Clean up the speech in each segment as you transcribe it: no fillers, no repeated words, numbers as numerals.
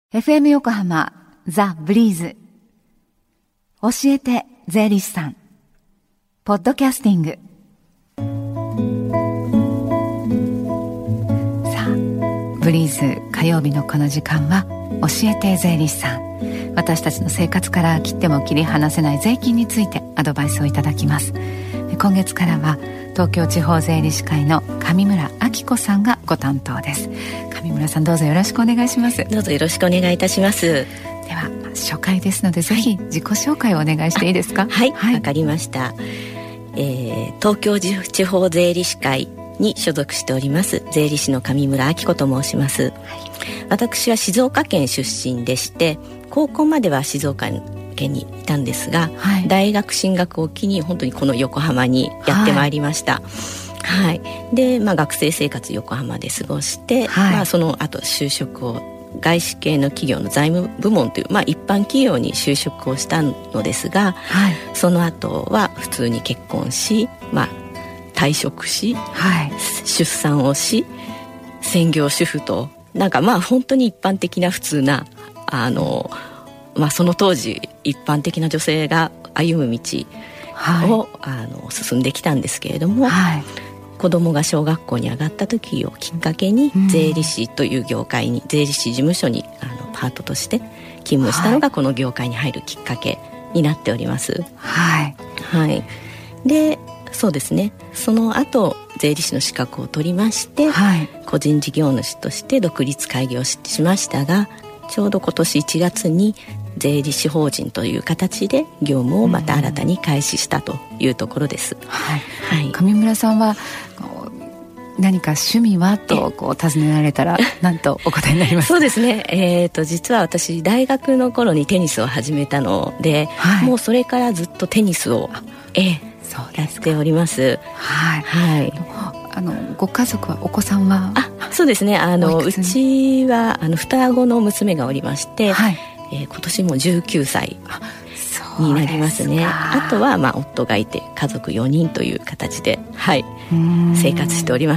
FM 横浜ザ・ブリーズ教えて税理士さんポッドキャスティング。さあブリーズ火曜日のこの時間は教えて税理士さん、私たちの生活から切っても切り離せない税金についてアドバイスをいただきます。今月からは東京地方税理士会の上村明子さんがご担当です。上村さん、どうぞよろしくお願いします。 どうぞよろしくお願いいたします。 では初回ですので、ぜひ自己紹介をお願いしていいですか。 はい、わかりました。東京地方税理士会に所属しております税理士の上村明子と申します。私は静岡県出身でして、高校までは静岡県にいたんですが、大学進学を機に本当にこの横浜にやってまいりました。で、学生生活横浜で過ごして、その後就職を外資系の企業の財務部門という、一般企業に就職をしたのですが、その後は普通に結婚し、退職し、出産をし、専業主婦と本当に一般的な普通なその当時一般的な女性が歩む道を、進んできたんですけれども、子供が小学校に上がった時をきっかけに、税理士という業界に、税理士事務所にパートとして勤務したのが、この業界に入るきっかけになっております。で、そうですね、その後税理士の資格を取りまして、個人事業主として独立開業しましたが、ちょうど今年1月に税理士法人という形で業務をまた新たに開始したというところです。 上村さんは何か趣味はと尋ねられたら何とお答えになりますか。 そうですね、実は私大学の頃にテニスを始めたので、もうそれからずっとテニスをやっております。 ご家族は、お子さんは。 そうですね、うちは双子の娘がおりまして、今年も19歳になりますね。あとは夫がいて家族4人という形で、生活しております。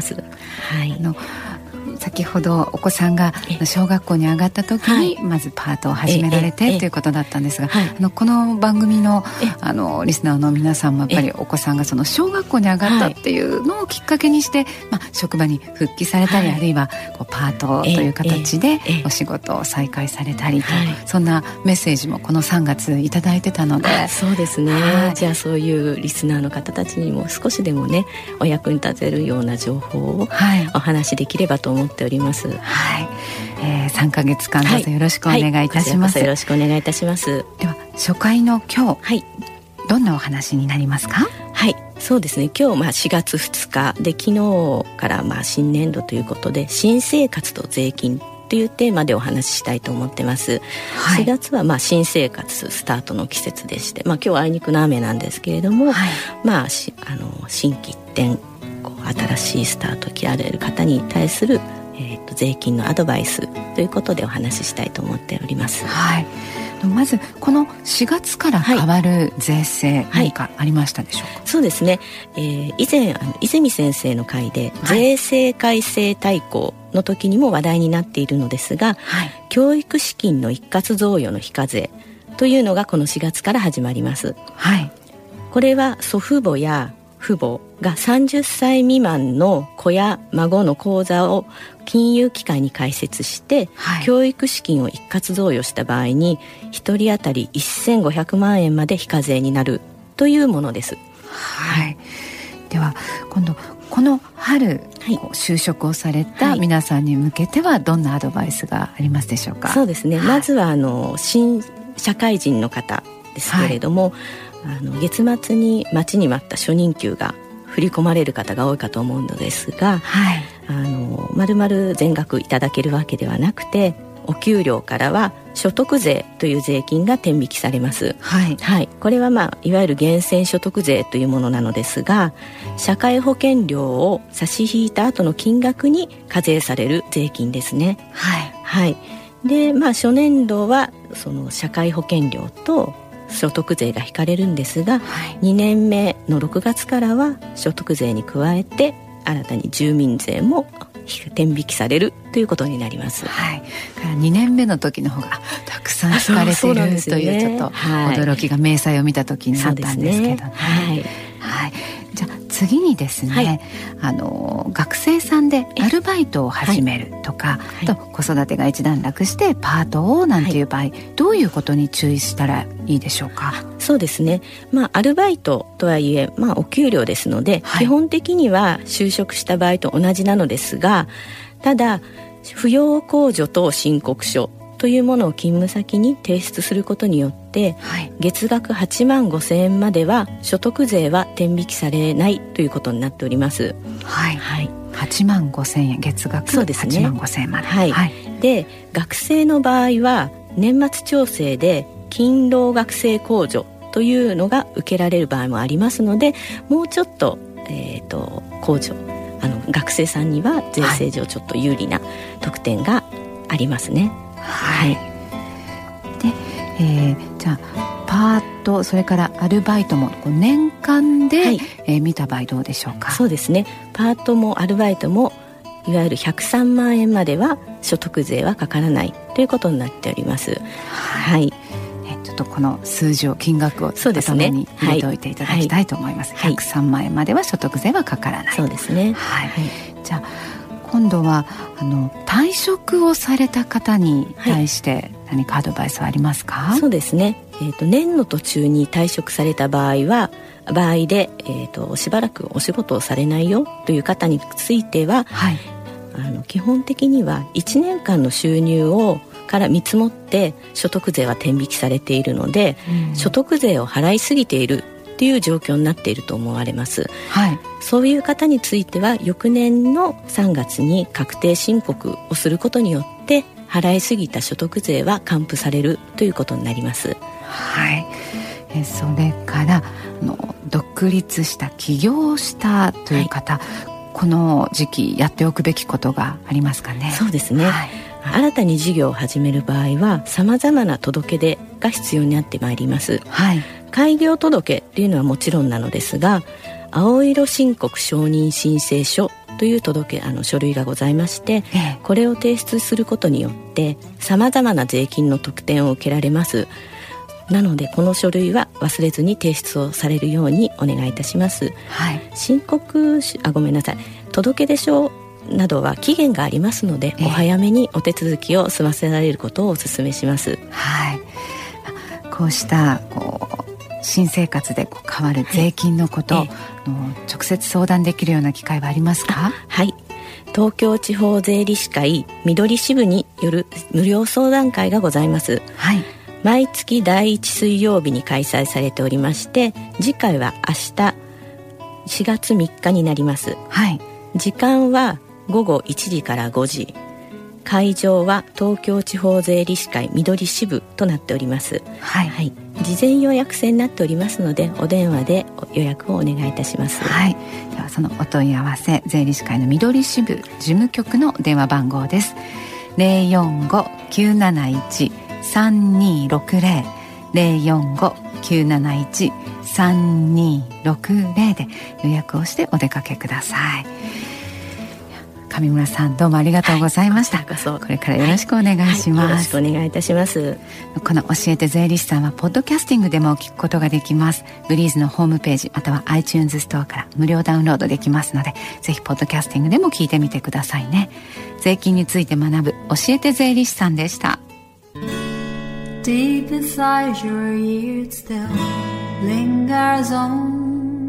先ほどお子さんが小学校に上がった時にまずパートを始められてということだったんですが、この番組のリスナーの皆さんもやっぱりお子さんがその小学校に上がったっていうのをきっかけにして、職場に復帰されたり、あるいはパートという形でお仕事を再開されたりと、そんなメッセージもこの3月いただいてたので。 そうですね、じゃあそういうリスナーの方たちにも少しでもね、お役に立てるような情報をお話しできればと思っております。 3ヶ月間どうぞよろしくお願いいたします。 よろしくお願いいたします。 では初回の今日、どんなお話になりますか。 そうですね、今日4月2日で、昨日から新年度ということで、新生活と税金というテーマでお話ししたいと思ってます。4月は新生活スタートの季節でして、今日はあいにくの雨なんですけれども、心機一転、新しいスタートを切られる方に対する税金のアドバイスということでお話ししたいと思っております。 まずこの4月から変わる税制、何かありましたでしょうか。 そうですね、以前泉先生の回で税制改正大綱の時にも話題になっているのですが、教育資金の一括贈与の非課税というのがこの4月から始まります。これは祖父母や父母が30歳未満の子や孫の口座を金融機関に開設して、教育資金を一括贈与した場合に1人当たり1500万円まで非課税になるというものです。 では今度この春、就職をされた皆さんに向けてはどんなアドバイスがありますでしょうか。 そうですね、まずは新社会人の方ですけれども、月末に待ちに待った初任給が振り込まれる方が多いかと思うのですが、丸々全額いただけるわけではなくて、お給料からは所得税という税金が天引きされます。これはいわゆる源泉所得税というものなのですが、社会保険料を差し引いた後の金額に課税される税金ですね。で、初年度はその社会保険料と所得税が引かれるんですが、2年目の6月からは所得税に加えて新たに住民税も天引きされるということになります。 はい、から2年目の時の方がたくさん引かれている、ね、というちょっと驚きが明細を見た時にあったんですけどね。はいはい、じゃあ次にですね、はい、学生さんでアルバイトを始めるとか、あと子育てが一段落してパートをなんていう場合、どういうことに注意したらいいでしょうか？ そうですね、アルバイトとはいえ、お給料ですので、基本的には就職した場合と同じなのですが、ただ扶養控除等申告書というものを勤務先に提出することによって、月額8万5千円までは所得税は天引きされないということになっております。 はい、はい、8万5千円月額8万5千円まで、 はいはい、で学生の場合は年末調整で勤労学生控除というのが受けられる場合もありますので、もうちょっと、控除学生さんには税制上ちょっと有利な特典がありますね。 はい、で、じゃあパートそれからアルバイトも年間で、見た場合どうでしょうか？ そうですね、パートもアルバイトもいわゆる103万円までは所得税はかからないということになっております。はい、 ちょっとこの数字を金額を頭に入れておいていただきたいと思います。103万円までは所得税はかからない。 そうですね。 はい、じゃあ今度は退職をされた方に対して何かアドバイスはありますか？ そうですね、年の途中に退職された場合で、しばらくお仕事をされないよという方については、基本的には1年間の収入から見積もって所得税は天引きされているので、所得税を払いすぎているという状況になっていると思われます。そういう方については翌年の3月に確定申告をすることによって払いすぎた所得税は還付されるということになります。 はい、それから独立した起業をしたという方、この時期やっておくべきことがありますかね？ そうですね、新たに事業を始める場合はさまざまな届け出が必要になってまいります。開業届というのはもちろんなのですが、青色申告承認申請書という書類がございまして、これを提出することによってさまざまな税金の特典を受けられます。なのでこの書類は忘れずに提出をされるようにお願いいたします。届出書などは期限がありますので、お早めにお手続きを済ませられることをお勧めします。 こうした新生活で変わる税金のこと、直接相談できるような機会はありますか？ 東京地方税理士会緑支部による無料相談会がございます。毎月第1水曜日に開催されておりまして、次回は明日4月3日になります。時間は午後1時から5時、会場は東京地方税理士会緑支部となっております。事前予約制になっておりますので、お電話で予約をお願いいたします。 ではそのお問い合わせ、税理士会の緑支部事務局の電話番号です。 045-971-3260 045-971-3260 で予約をしてお出かけください。上村さん、どうもありがとうございました。これからよろしくお願いします。 よろしくお願いいたします。 この教えて税理士さんはポッドキャスティングでも聞くことができます。ブリーズのホームページまたは iTunes ストアから無料ダウンロードできますので、ぜひポッドキャスティングでも聞いてみてくださいね。税金について学ぶ教えて税理士さんでした。 Deep inside your ears still lingers on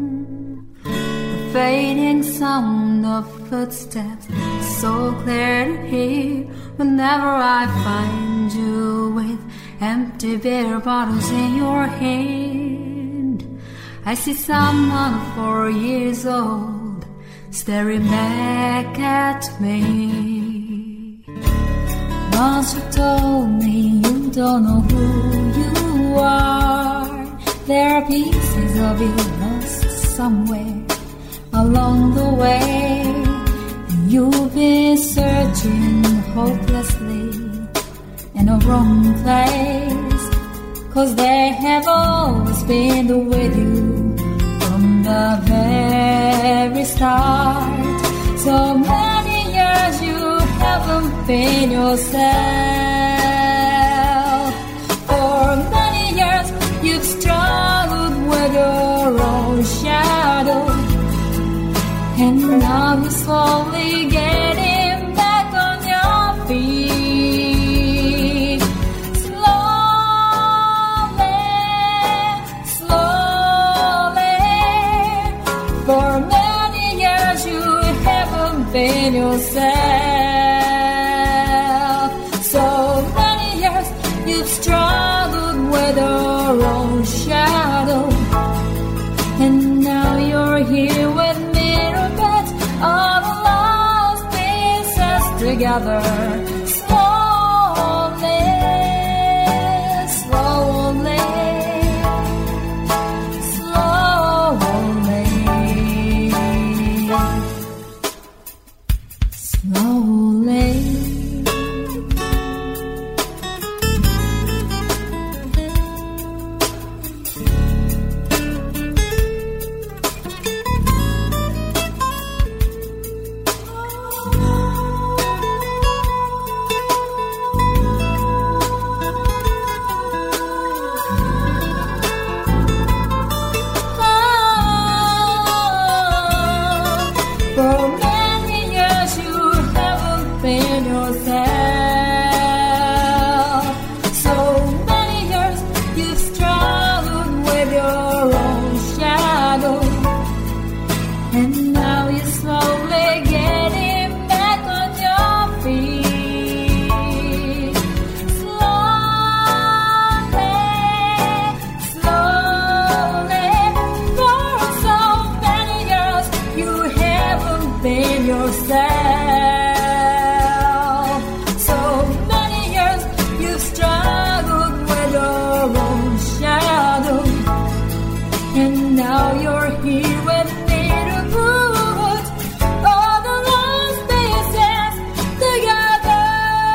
fading sound of footsteps, so clear to hear whenever I find you with empty beer bottles in your hand. I see someone 4 years old staring back at me. Once you told me you don't know who you are, there are pieces of you lost somewhere along the way, and you've been searching hopelessly in a wrong place, 'cause they have always been with you from the very start. So many years you have haven't been yourself. For many years you've struggled with your own shadow, and now you're slowly getting back on your feet. Slowly, slowly. For many years you haven't been yourself. So many years you've struggled with your own shadow, and now you're here with me to put all the lost pieces together. Slowly, slowly, slowly, slowly. For many years you haven't been yourself. So many years you've struggled with your own shadow, and now you're slowly getting back on your feet. Slowly, slowly. For so many years you haven't been yourself. So many years you've struggled with your own shadow, and now you're here with me to put all the lost pieces together.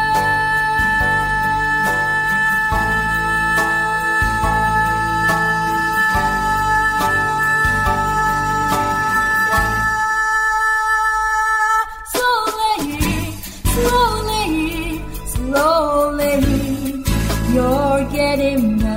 Slowly, slowly, slowly, you're getting